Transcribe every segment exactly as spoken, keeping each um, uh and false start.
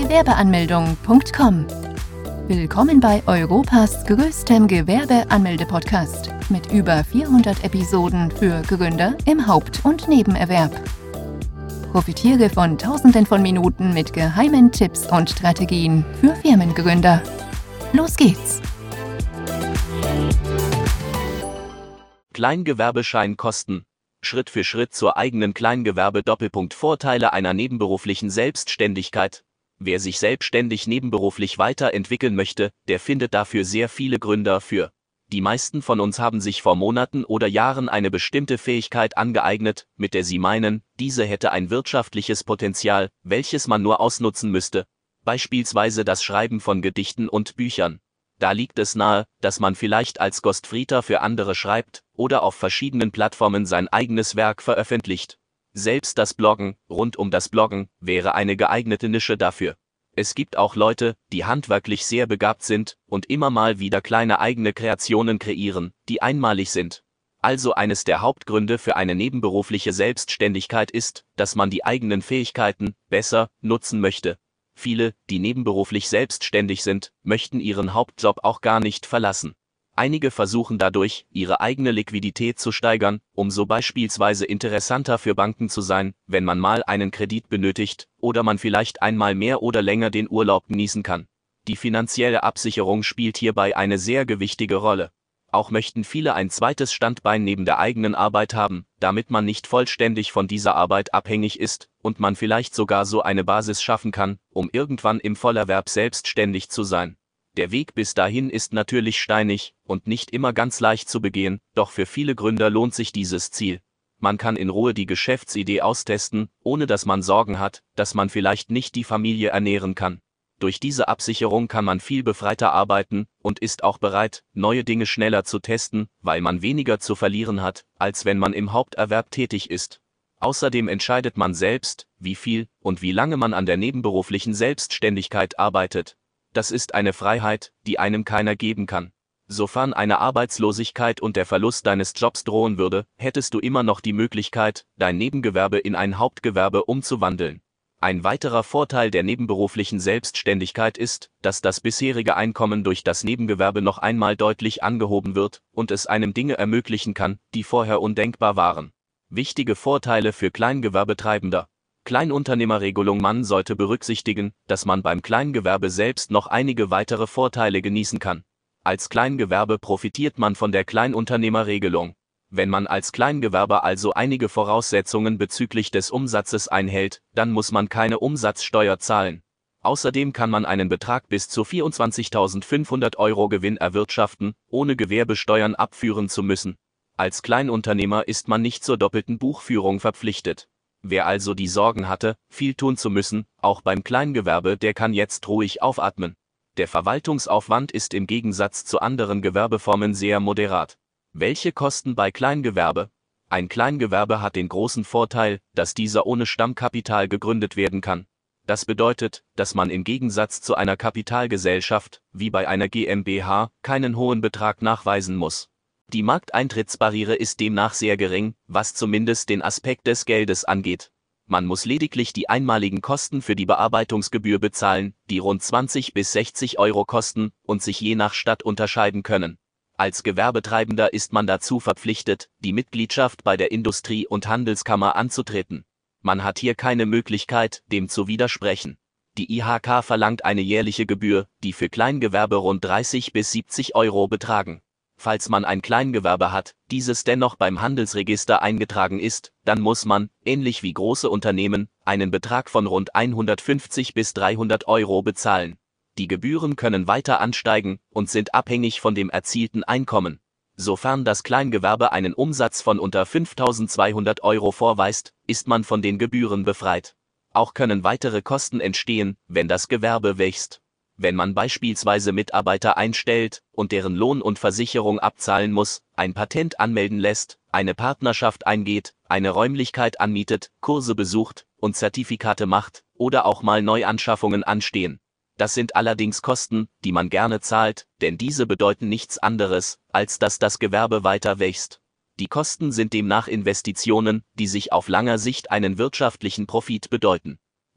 Gewerbeanmeldung punkt com. Willkommen bei Europas größtem Gewerbeanmelde-Podcast mit über vierhundert Episoden für Gründer im Haupt- und Nebenerwerb. Profitiere von Tausenden von Minuten mit geheimen Tipps und Strategien für Firmengründer. Los geht's! Kleingewerbescheinkosten. Schritt für Schritt zur eigenen Kleingewerbe. Doppelpunkt Vorteile einer nebenberuflichen Selbstständigkeit. Wer sich selbstständig nebenberuflich weiterentwickeln möchte, der findet dafür sehr viele Gründe für. Die meisten von uns haben sich vor Monaten oder Jahren eine bestimmte Fähigkeit angeeignet, mit der sie meinen, diese hätte ein wirtschaftliches Potenzial, welches man nur ausnutzen müsste. Beispielsweise das Schreiben von Gedichten und Büchern. Da liegt es nahe, dass man vielleicht als Ghostwriter für andere schreibt oder auf verschiedenen Plattformen sein eigenes Werk veröffentlicht. Selbst das Bloggen, rund um das Bloggen, wäre eine geeignete Nische dafür. Es gibt auch Leute, die handwerklich sehr begabt sind und immer mal wieder kleine eigene Kreationen kreieren, die einmalig sind. Also eines der Hauptgründe für eine nebenberufliche Selbstständigkeit ist, dass man die eigenen Fähigkeiten besser nutzen möchte. Viele, die nebenberuflich selbstständig sind, möchten ihren Hauptjob auch gar nicht verlassen. Einige versuchen dadurch, ihre eigene Liquidität zu steigern, um so beispielsweise interessanter für Banken zu sein, wenn man mal einen Kredit benötigt oder man vielleicht einmal mehr oder länger den Urlaub genießen kann. Die finanzielle Absicherung spielt hierbei eine sehr gewichtige Rolle. Auch möchten viele ein zweites Standbein neben der eigenen Arbeit haben, damit man nicht vollständig von dieser Arbeit abhängig ist und man vielleicht sogar so eine Basis schaffen kann, um irgendwann im Vollerwerb selbstständig zu sein. Der Weg bis dahin ist natürlich steinig und nicht immer ganz leicht zu begehen, doch für viele Gründer lohnt sich dieses Ziel. Man kann in Ruhe die Geschäftsidee austesten, ohne dass man Sorgen hat, dass man vielleicht nicht die Familie ernähren kann. Durch diese Absicherung kann man viel befreiter arbeiten und ist auch bereit, neue Dinge schneller zu testen, weil man weniger zu verlieren hat, als wenn man im Haupterwerb tätig ist. Außerdem entscheidet man selbst, wie viel und wie lange man an der nebenberuflichen Selbstständigkeit arbeitet. Das ist eine Freiheit, die einem keiner geben kann. Sofern eine Arbeitslosigkeit und der Verlust deines Jobs drohen würde, hättest du immer noch die Möglichkeit, dein Nebengewerbe in ein Hauptgewerbe umzuwandeln. Ein weiterer Vorteil der nebenberuflichen Selbstständigkeit ist, dass das bisherige Einkommen durch das Nebengewerbe noch einmal deutlich angehoben wird und es einem Dinge ermöglichen kann, die vorher undenkbar waren. Wichtige Vorteile für Kleingewerbetreibender. Kleinunternehmerregelung. Man sollte berücksichtigen, dass man beim Kleingewerbe selbst noch einige weitere Vorteile genießen kann. Als Kleingewerbe profitiert man von der Kleinunternehmerregelung. Wenn man als Kleingewerber also einige Voraussetzungen bezüglich des Umsatzes einhält, dann muss man keine Umsatzsteuer zahlen. Außerdem kann man einen Betrag bis zu vierundzwanzigtausendfünfhundert Euro Gewinn erwirtschaften, ohne Gewerbesteuern abführen zu müssen. Als Kleinunternehmer ist man nicht zur doppelten Buchführung verpflichtet. Wer also die Sorgen hatte, viel tun zu müssen, auch beim Kleingewerbe, der kann jetzt ruhig aufatmen. Der Verwaltungsaufwand ist im Gegensatz zu anderen Gewerbeformen sehr moderat. Welche Kosten bei Kleingewerbe? Ein Kleingewerbe hat den großen Vorteil, dass dieser ohne Stammkapital gegründet werden kann. Das bedeutet, dass man im Gegensatz zu einer Kapitalgesellschaft, wie bei einer GmbH, keinen hohen Betrag nachweisen muss. Die Markteintrittsbarriere ist demnach sehr gering, was zumindest den Aspekt des Geldes angeht. Man muss lediglich die einmaligen Kosten für die Bearbeitungsgebühr bezahlen, die rund zwanzig bis sechzig Euro kosten und sich je nach Stadt unterscheiden können. Als Gewerbetreibender ist man dazu verpflichtet, die Mitgliedschaft bei der Industrie- und Handelskammer anzutreten. Man hat hier keine Möglichkeit, dem zu widersprechen. Die I H K verlangt eine jährliche Gebühr, die für Kleingewerbe rund dreißig bis siebzig Euro betragen. Falls man ein Kleingewerbe hat, dieses dennoch beim Handelsregister eingetragen ist, dann muss man, ähnlich wie große Unternehmen, einen Betrag von rund hundertfünfzig bis dreihundert Euro bezahlen. Die Gebühren können weiter ansteigen und sind abhängig von dem erzielten Einkommen. Sofern das Kleingewerbe einen Umsatz von unter fünftausendzweihundert Euro vorweist, ist man von den Gebühren befreit. Auch können weitere Kosten entstehen, wenn das Gewerbe wächst. Wenn man beispielsweise Mitarbeiter einstellt und deren Lohn und Versicherung abzahlen muss, ein Patent anmelden lässt, eine Partnerschaft eingeht, eine Räumlichkeit anmietet, Kurse besucht und Zertifikate macht oder auch mal Neuanschaffungen anstehen. Das sind allerdings Kosten, die man gerne zahlt, denn diese bedeuten nichts anderes, als dass das Gewerbe weiter wächst. Die Kosten sind demnach Investitionen, die sich auf langer Sicht einen wirtschaftlichen Profit bedeuten.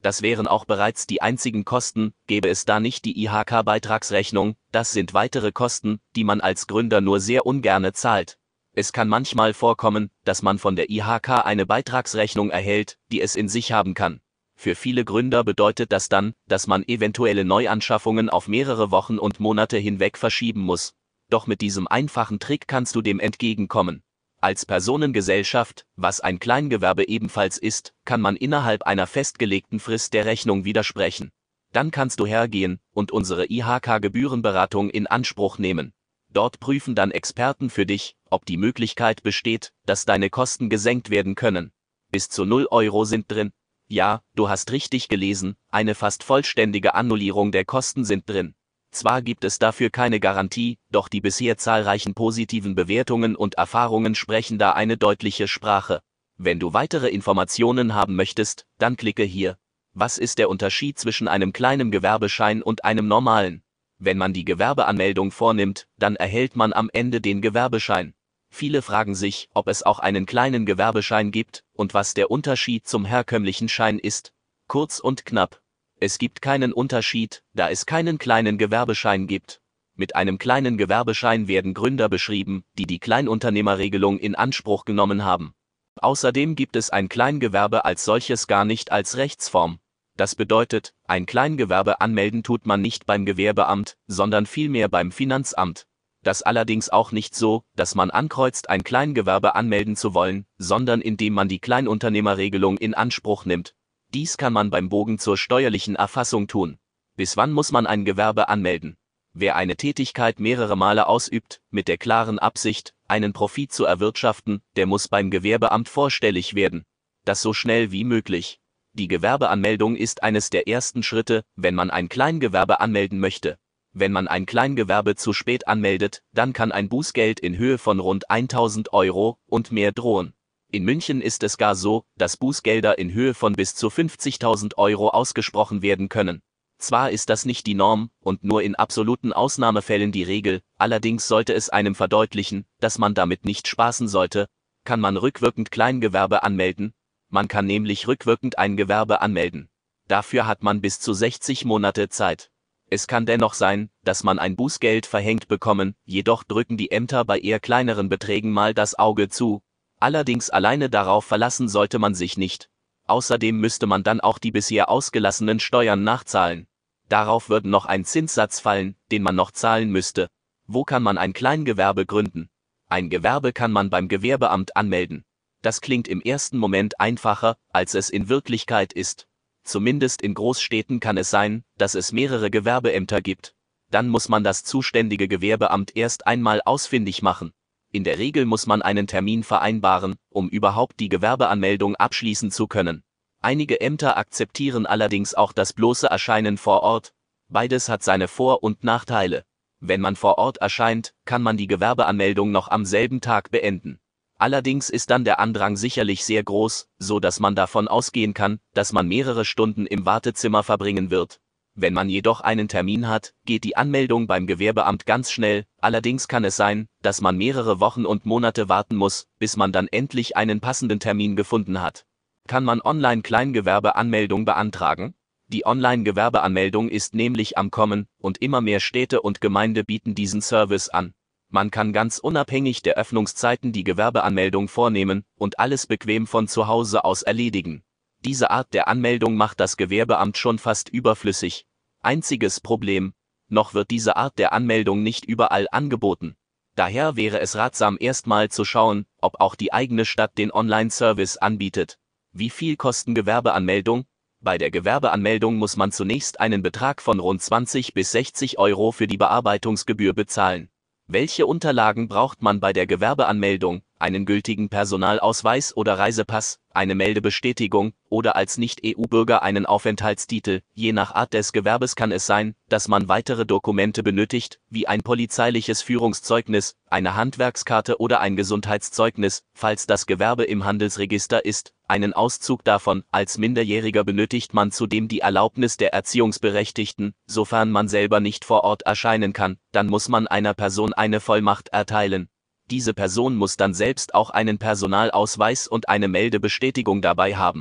Das wären auch bereits die einzigen Kosten, gäbe es da nicht die I H K-Beitragsrechnung, das sind weitere Kosten, die man als Gründer nur sehr ungerne zahlt. Es kann manchmal vorkommen, dass man von der I H K eine Beitragsrechnung erhält, die es in sich haben kann. Für viele Gründer bedeutet das dann, dass man eventuelle Neuanschaffungen auf mehrere Wochen und Monate hinweg verschieben muss. Doch mit diesem einfachen Trick kannst du dem entgegenkommen. Als Personengesellschaft, was ein Kleingewerbe ebenfalls ist, kann man innerhalb einer festgelegten Frist der Rechnung widersprechen. Dann kannst du hergehen und unsere I H K-Gebührenberatung in Anspruch nehmen. Dort prüfen dann Experten für dich, ob die Möglichkeit besteht, dass deine Kosten gesenkt werden können. Bis zu null Euro sind drin. Ja, du hast richtig gelesen, eine fast vollständige Annullierung der Kosten sind drin. Zwar gibt es dafür keine Garantie, doch die bisher zahlreichen positiven Bewertungen und Erfahrungen sprechen da eine deutliche Sprache. Wenn du weitere Informationen haben möchtest, dann klicke hier. Was ist der Unterschied zwischen einem kleinen Gewerbeschein und einem normalen? Wenn man die Gewerbeanmeldung vornimmt, dann erhält man am Ende den Gewerbeschein. Viele fragen sich, ob es auch einen kleinen Gewerbeschein gibt und was der Unterschied zum herkömmlichen Schein ist. Kurz und knapp. Es gibt keinen Unterschied, da es keinen kleinen Gewerbeschein gibt. Mit einem kleinen Gewerbeschein werden Gründer beschrieben, die die Kleinunternehmerregelung in Anspruch genommen haben. Außerdem gibt es ein Kleingewerbe als solches gar nicht als Rechtsform. Das bedeutet, ein Kleingewerbe anmelden tut man nicht beim Gewerbeamt, sondern vielmehr beim Finanzamt. Das allerdings auch nicht so, dass man ankreuzt, ein Kleingewerbe anmelden zu wollen, sondern indem man die Kleinunternehmerregelung in Anspruch nimmt. Dies kann man beim Bogen zur steuerlichen Erfassung tun. Bis wann muss man ein Gewerbe anmelden? Wer eine Tätigkeit mehrere Male ausübt, mit der klaren Absicht, einen Profit zu erwirtschaften, der muss beim Gewerbeamt vorstellig werden. Das so schnell wie möglich. Die Gewerbeanmeldung ist eines der ersten Schritte, wenn man ein Kleingewerbe anmelden möchte. Wenn man ein Kleingewerbe zu spät anmeldet, dann kann ein Bußgeld in Höhe von rund tausend Euro und mehr drohen. In München ist es gar so, dass Bußgelder in Höhe von bis zu fünfzigtausend Euro ausgesprochen werden können. Zwar ist das nicht die Norm und nur in absoluten Ausnahmefällen die Regel, allerdings sollte es einem verdeutlichen, dass man damit nicht spaßen sollte. Kann man rückwirkend Kleingewerbe anmelden? Man kann nämlich rückwirkend ein Gewerbe anmelden. Dafür hat man bis zu sechzig Monate Zeit. Es kann dennoch sein, dass man ein Bußgeld verhängt bekommen, jedoch drücken die Ämter bei eher kleineren Beträgen mal das Auge zu. Allerdings alleine darauf verlassen sollte man sich nicht. Außerdem müsste man dann auch die bisher ausgelassenen Steuern nachzahlen. Darauf würde noch ein Zinssatz fallen, den man noch zahlen müsste. Wo kann man ein Kleingewerbe gründen? Ein Gewerbe kann man beim Gewerbeamt anmelden. Das klingt im ersten Moment einfacher, als es in Wirklichkeit ist. Zumindest in Großstädten kann es sein, dass es mehrere Gewerbeämter gibt. Dann muss man das zuständige Gewerbeamt erst einmal ausfindig machen. In der Regel muss man einen Termin vereinbaren, um überhaupt die Gewerbeanmeldung abschließen zu können. Einige Ämter akzeptieren allerdings auch das bloße Erscheinen vor Ort. Beides hat seine Vor- und Nachteile. Wenn man vor Ort erscheint, kann man die Gewerbeanmeldung noch am selben Tag beenden. Allerdings ist dann der Andrang sicherlich sehr groß, so dass man davon ausgehen kann, dass man mehrere Stunden im Wartezimmer verbringen wird. Wenn man jedoch einen Termin hat, geht die Anmeldung beim Gewerbeamt ganz schnell, allerdings kann es sein, dass man mehrere Wochen und Monate warten muss, bis man dann endlich einen passenden Termin gefunden hat. Kann man Online-Kleingewerbeanmeldung beantragen? Die Online-Gewerbeanmeldung ist nämlich am Kommen, und immer mehr Städte und Gemeinde bieten diesen Service an. Man kann ganz unabhängig der Öffnungszeiten die Gewerbeanmeldung vornehmen und alles bequem von zu Hause aus erledigen. Diese Art der Anmeldung macht das Gewerbeamt schon fast überflüssig. Einziges Problem: noch wird diese Art der Anmeldung nicht überall angeboten. Daher wäre es ratsam, erstmal zu schauen, ob auch die eigene Stadt den Online-Service anbietet. Wie viel kosten Gewerbeanmeldung? Bei der Gewerbeanmeldung muss man zunächst einen Betrag von rund zwanzig bis sechzig Euro für die Bearbeitungsgebühr bezahlen. Welche Unterlagen braucht man bei der Gewerbeanmeldung? Einen gültigen Personalausweis oder Reisepass, eine Meldebestätigung oder als Nicht-E U-Bürger einen Aufenthaltstitel. Je nach Art des Gewerbes kann es sein, dass man weitere Dokumente benötigt, wie ein polizeiliches Führungszeugnis, eine Handwerkskarte oder ein Gesundheitszeugnis, falls das Gewerbe im Handelsregister ist. Einen Auszug davon. Als Minderjähriger benötigt man zudem die Erlaubnis der Erziehungsberechtigten. Sofern man selber nicht vor Ort erscheinen kann, dann muss man einer Person eine Vollmacht erteilen. Diese Person muss dann selbst auch einen Personalausweis und eine Meldebestätigung dabei haben.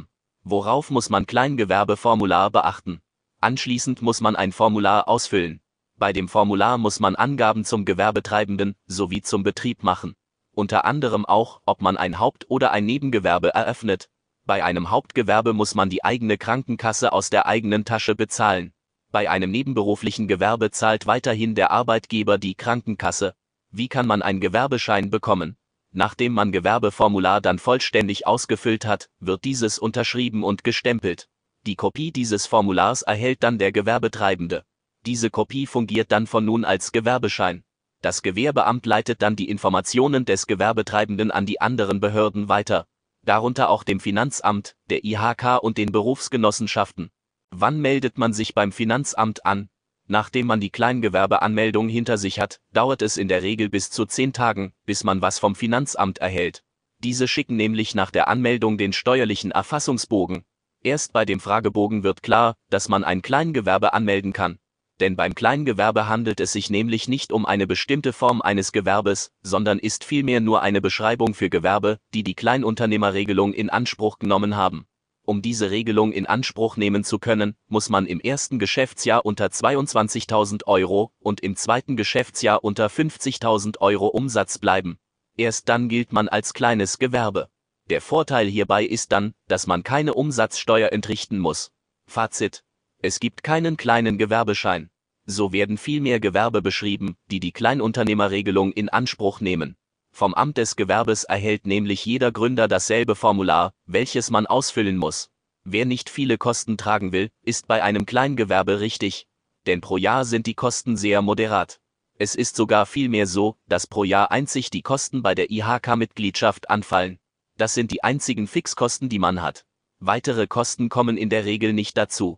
Worauf muss man Kleingewerbeformular beachten? Anschließend muss man ein Formular ausfüllen. Bei dem Formular muss man Angaben zum Gewerbetreibenden sowie zum Betrieb machen. Unter anderem auch, ob man ein Haupt- oder ein Nebengewerbe eröffnet. Bei einem Hauptgewerbe muss man die eigene Krankenkasse aus der eigenen Tasche bezahlen. Bei einem nebenberuflichen Gewerbe zahlt weiterhin der Arbeitgeber die Krankenkasse. Wie kann man einen Gewerbeschein bekommen? Nachdem man Gewerbeformular dann vollständig ausgefüllt hat, wird dieses unterschrieben und gestempelt. Die Kopie dieses Formulars erhält dann der Gewerbetreibende. Diese Kopie fungiert dann von nun als Gewerbeschein. Das Gewerbeamt leitet dann die Informationen des Gewerbetreibenden an die anderen Behörden weiter, darunter auch dem Finanzamt, der I H K und den Berufsgenossenschaften. Wann meldet man sich beim Finanzamt an? Nachdem man die Kleingewerbeanmeldung hinter sich hat, dauert es in der Regel bis zu zehn Tagen, bis man was vom Finanzamt erhält. Diese schicken nämlich nach der Anmeldung den steuerlichen Erfassungsbogen. Erst bei dem Fragebogen wird klar, dass man ein Kleingewerbe anmelden kann. Denn beim Kleingewerbe handelt es sich nämlich nicht um eine bestimmte Form eines Gewerbes, sondern ist vielmehr nur eine Beschreibung für Gewerbe, die die Kleinunternehmerregelung in Anspruch genommen haben. Um diese Regelung in Anspruch nehmen zu können, muss man im ersten Geschäftsjahr unter zweiundzwanzigtausend Euro und im zweiten Geschäftsjahr unter fünfzigtausend Euro Umsatz bleiben. Erst dann gilt man als kleines Gewerbe. Der Vorteil hierbei ist dann, dass man keine Umsatzsteuer entrichten muss. Fazit: Es gibt keinen kleinen Gewerbeschein. So werden viel mehr Gewerbe beschrieben, die die Kleinunternehmerregelung in Anspruch nehmen. Vom Amt des Gewerbes erhält nämlich jeder Gründer dasselbe Formular, welches man ausfüllen muss. Wer nicht viele Kosten tragen will, ist bei einem Kleingewerbe richtig. Denn pro Jahr sind die Kosten sehr moderat. Es ist sogar vielmehr so, dass pro Jahr einzig die Kosten bei der I H K-Mitgliedschaft anfallen. Das sind die einzigen Fixkosten, die man hat. Weitere Kosten kommen in der Regel nicht dazu.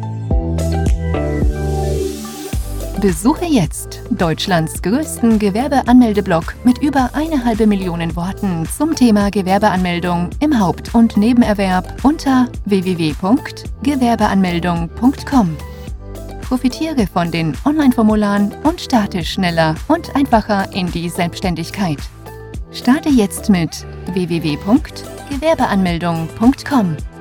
Besuche jetzt Deutschlands größten Gewerbeanmeldeblog mit über eine halbe Million Worten zum Thema Gewerbeanmeldung im Haupt- und Nebenerwerb unter w w w punkt gewerbeanmeldung punkt com. Profitiere von den Online-Formularen und starte schneller und einfacher in die Selbstständigkeit. Starte jetzt mit w w w punkt gewerbeanmeldung punkt com.